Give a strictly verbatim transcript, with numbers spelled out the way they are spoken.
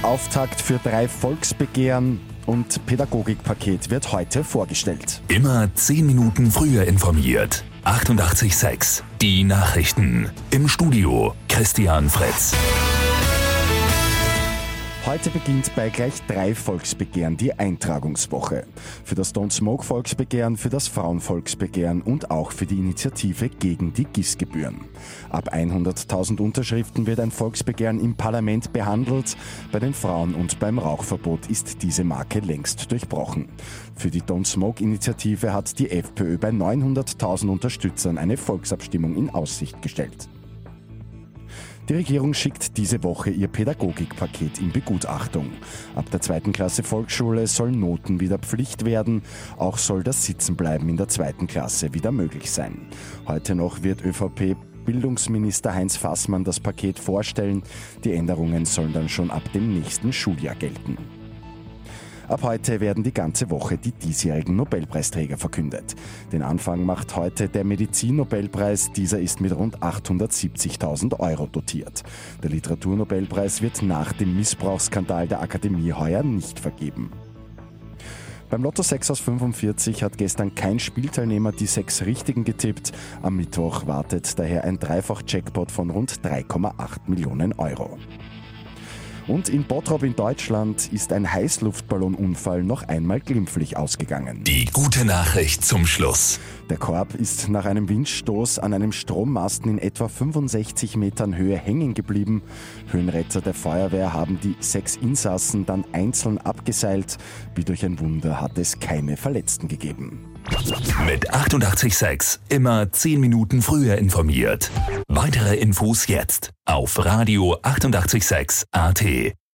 Auftakt für drei Volksbegehren und Pädagogikpaket wird heute vorgestellt. Immer zehn Minuten früher informiert. achtundachtzig Komma sechs. Die Nachrichten. Im Studio Christian Fritz. Heute beginnt bei gleich drei Volksbegehren die Eintragungswoche. Für das Don't Smoke Volksbegehren, für das Frauenvolksbegehren und auch für die Initiative gegen die G I S-Gebühren. Ab hunderttausend Unterschriften wird ein Volksbegehren im Parlament behandelt. Bei den Frauen und beim Rauchverbot ist diese Marke längst durchbrochen. Für die Don't Smoke Initiative hat die FPÖ bei neunhunderttausend Unterstützern eine Volksabstimmung in Aussicht gestellt. Die Regierung schickt diese Woche ihr Pädagogikpaket in Begutachtung. Ab der zweiten Klasse Volksschule sollen Noten wieder Pflicht werden. Auch soll das Sitzenbleiben in der zweiten Klasse wieder möglich sein. Heute noch wird ÖVP-Bildungsminister Heinz Fassmann das Paket vorstellen. Die Änderungen sollen dann schon ab dem nächsten Schuljahr gelten. Ab heute werden die ganze Woche die diesjährigen Nobelpreisträger verkündet. Den Anfang macht heute der Medizin-Nobelpreis. Dieser ist mit rund achthundertsiebzigtausend Euro dotiert. Der Literaturnobelpreis wird nach dem Missbrauchsskandal der Akademie heuer nicht vergeben. Beim Lotto sechs aus fünfundvierzig hat gestern kein Spielteilnehmer die sechs Richtigen getippt. Am Mittwoch wartet daher ein Dreifach-Jackpot von rund drei Komma acht Millionen Euro. Und in Bottrop in Deutschland ist ein Heißluftballonunfall noch einmal glimpflich ausgegangen. Die gute Nachricht zum Schluss. Der Korb ist nach einem Windstoß an einem Strommasten in etwa fünfundsechzig Metern Höhe hängen geblieben. Höhenretter der Feuerwehr haben die sechs Insassen dann einzeln abgeseilt. Wie durch ein Wunder hat es keine Verletzten gegeben. Mit achtundachtzig Komma sechs immer zehn Minuten früher informiert. Weitere Infos jetzt auf Radio achtundachtzig Komma sechs A T.